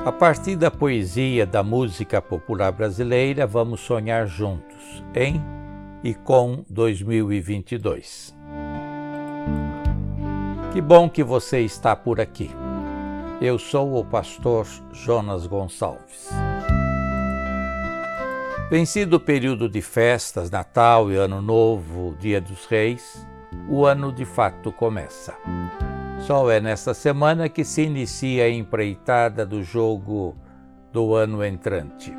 A partir da poesia da música popular brasileira, vamos sonhar juntos em e com 2022. Que bom que você está por aqui. Eu sou o pastor Jonas Gonçalves. Vencido o período de festas, Natal e Ano Novo, Dia dos Reis, o ano de fato começa. Só é nesta semana que se inicia a empreitada do jogo do ano entrante.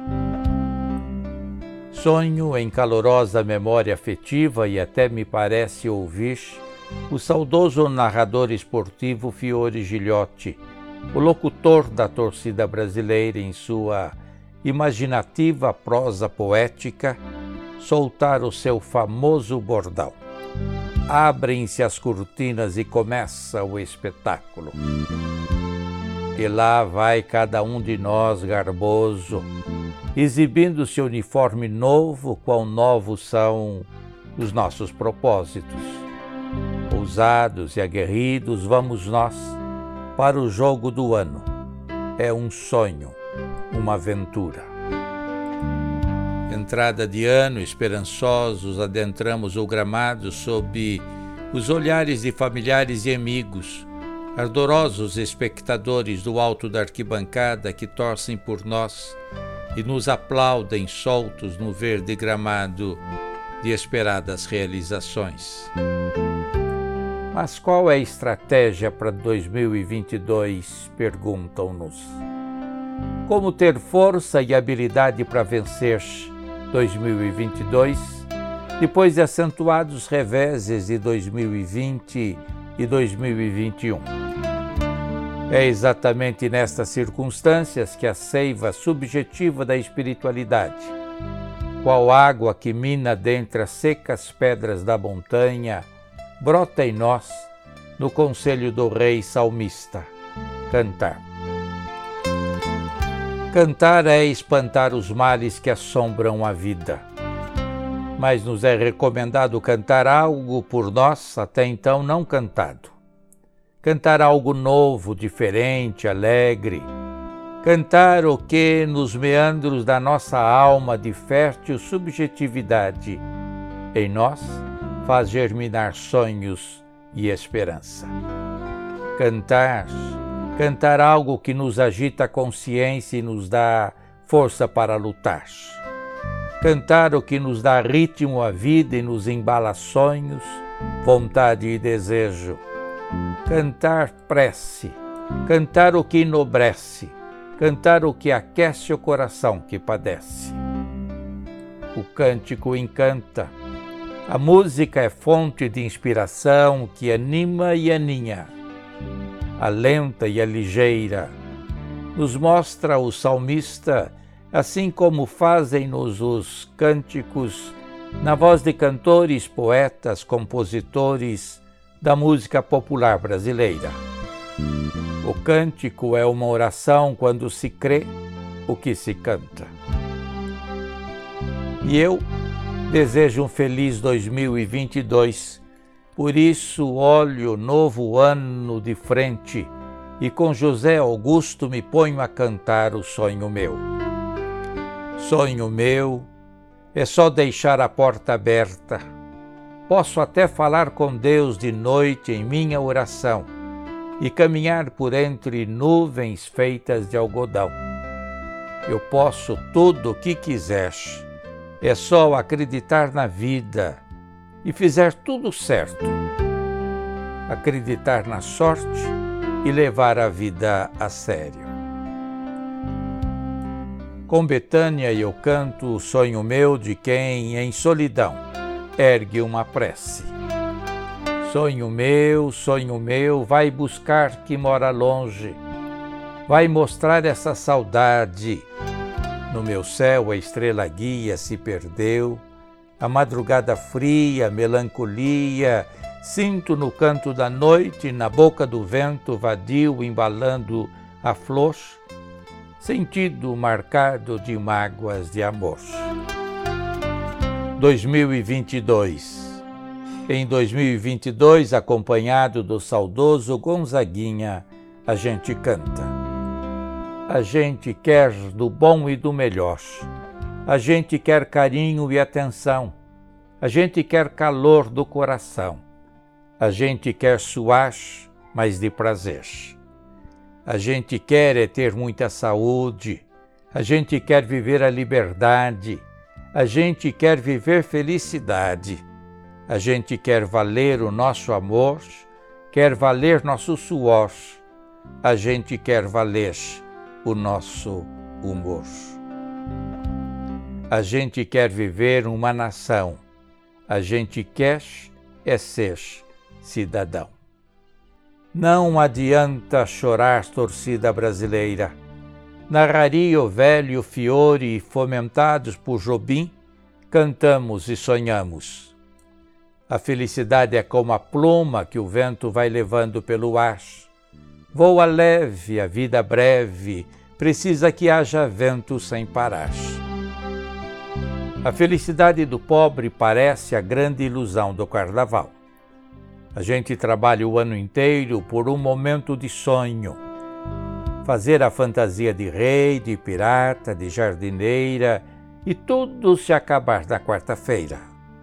Sonho em calorosa memória afetiva e até me parece ouvir o saudoso narrador esportivo Fiore Gilhote, o locutor da torcida brasileira em sua imaginativa prosa poética, soltar o seu famoso bordão. Abrem-se as cortinas e começa o espetáculo. E lá vai cada um de nós garboso, exibindo seu uniforme novo, quão novos são os nossos propósitos. Ousados e aguerridos vamos nós para o jogo do ano. É um sonho, uma aventura. Entrada de ano, esperançosos, adentramos o gramado sob os olhares de familiares e amigos, ardorosos espectadores do alto da arquibancada que torcem por nós e nos aplaudem soltos no verde gramado de esperadas realizações. Mas qual é a estratégia para 2022? Perguntam-nos. Como ter força e habilidade para vencer 2022, depois de acentuados reveses de 2020 e 2021. É exatamente nestas circunstâncias que a seiva subjetiva da espiritualidade, qual água que mina dentre as secas pedras da montanha, brota em nós, no conselho do rei salmista, cantar. Cantar é espantar os males que assombram a vida. Mas nos é recomendado cantar algo por nós até então não cantado. Cantar algo novo, diferente, alegre. Cantar o que nos meandros da nossa alma de fértil subjetividade em nós faz germinar sonhos e esperança. Cantar algo que nos agita a consciência e nos dá força para lutar. Cantar o que nos dá ritmo à vida e nos embala sonhos, vontade e desejo. Cantar prece, cantar o que enobrece, cantar o que aquece o coração que padece. O cântico encanta. A música é fonte de inspiração que anima e aninha. A lenta e a ligeira, nos mostra o salmista, assim como fazem-nos os cânticos, na voz de cantores, poetas, compositores da música popular brasileira. O cântico é uma oração quando se crê o que se canta. E eu desejo um feliz 2022, por isso olho o novo ano de frente e com José Augusto me ponho a cantar o sonho meu. Sonho meu é só deixar a porta aberta. Posso até falar com Deus de noite em minha oração e caminhar por entre nuvens feitas de algodão. Eu posso tudo o que quiser, é só acreditar na vida e fizer tudo certo, acreditar na sorte e levar a vida a sério. Com Betânia eu canto o sonho meu de quem, em solidão, ergue uma prece. Sonho meu, vai buscar que mora longe, vai mostrar essa saudade. No meu céu a estrela guia se perdeu, a madrugada fria, melancolia, sinto no canto da noite, na boca do vento vadio embalando a flor, sentido marcado de mágoas de amor. 2022. Em 2022, acompanhado do saudoso Gonzaguinha, a gente canta. A gente quer do bom e do melhor. A gente quer carinho e atenção. A gente quer calor do coração. A gente quer suar, mas de prazer. A gente quer é ter muita saúde. A gente quer viver a liberdade. A gente quer viver felicidade. A gente quer valer o nosso amor, quer valer nosso suor. A gente quer valer o nosso humor. A gente quer viver uma nação. A gente quer é ser cidadão. Não adianta chorar, torcida brasileira. Narraria o velho Fiore, fomentados por Jobim, cantamos e sonhamos. A felicidade é como a pluma que o vento vai levando pelo ar. Voa leve, a vida breve, precisa que haja vento sem parar. A felicidade do pobre parece a grande ilusão do carnaval. A gente trabalha o ano inteiro por um momento de sonho. Fazer a fantasia de rei, de pirata, de jardineira e tudo se acabar na quarta-feira.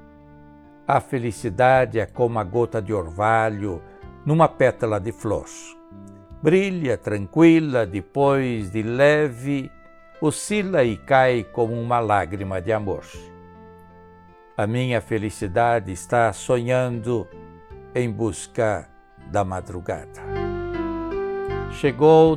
A felicidade é como a gota de orvalho numa pétala de flor. Brilha tranquila, depois de leve, oscila e cai como uma lágrima de amor. A minha felicidade está sonhando em busca da madrugada. Chegou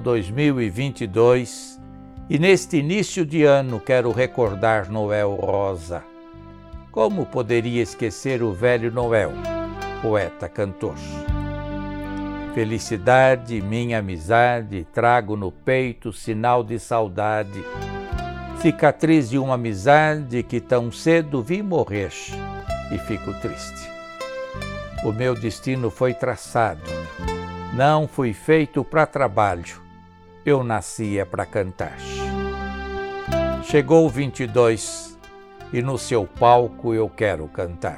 2022 e neste início de ano quero recordar Noel Rosa. Como poderia esquecer o velho Noel, poeta cantor? Felicidade, minha amizade, trago no peito sinal de saudade, cicatriz de uma amizade que tão cedo vi morrer e fico triste. O meu destino foi traçado, não fui feito para trabalho, eu nascia para cantar. Chegou o 22 e no seu palco eu quero cantar.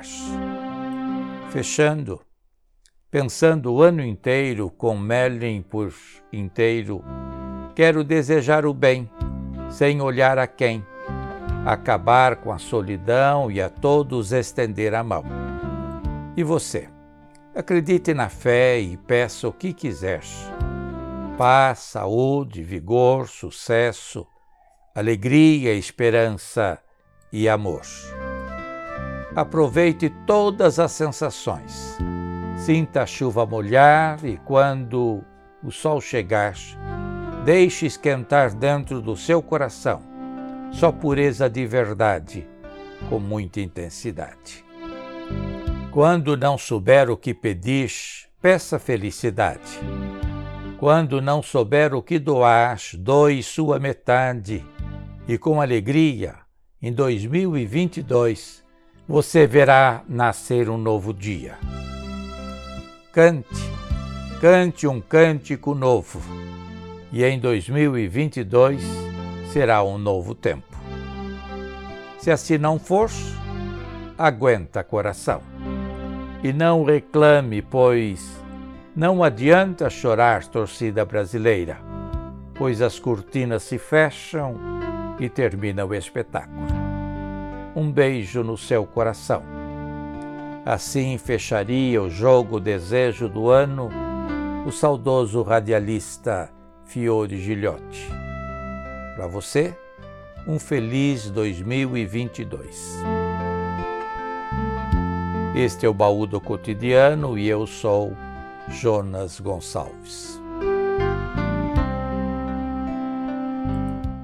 Fechando, pensando o ano inteiro com Merlin por inteiro, quero desejar o bem, sem olhar a quem, acabar com a solidão e a todos estender a mão. E você? Acredite na fé e peça o que quiser. Paz, saúde, vigor, sucesso, alegria, esperança e amor. Aproveite todas as sensações. Sinta a chuva molhar e quando o sol chegar, deixe esquentar dentro do seu coração só pureza de verdade, com muita intensidade. Quando não souber o que pedir, peça felicidade. Quando não souber o que doar, doe sua metade. E com alegria, em 2022, você verá nascer um novo dia. Cante, cante um cântico novo. E em 2022 será um novo tempo. Se assim não for, aguenta coração. E não reclame, pois não adianta chorar, torcida brasileira, pois as cortinas se fecham e termina o espetáculo. Um beijo no seu coração. Assim fecharia o jogo Desejo do Ano o saudoso radialista Fiore Gilhote. Para você, um feliz 2022. Este é o Baú do Cotidiano e eu sou Jonas Gonçalves.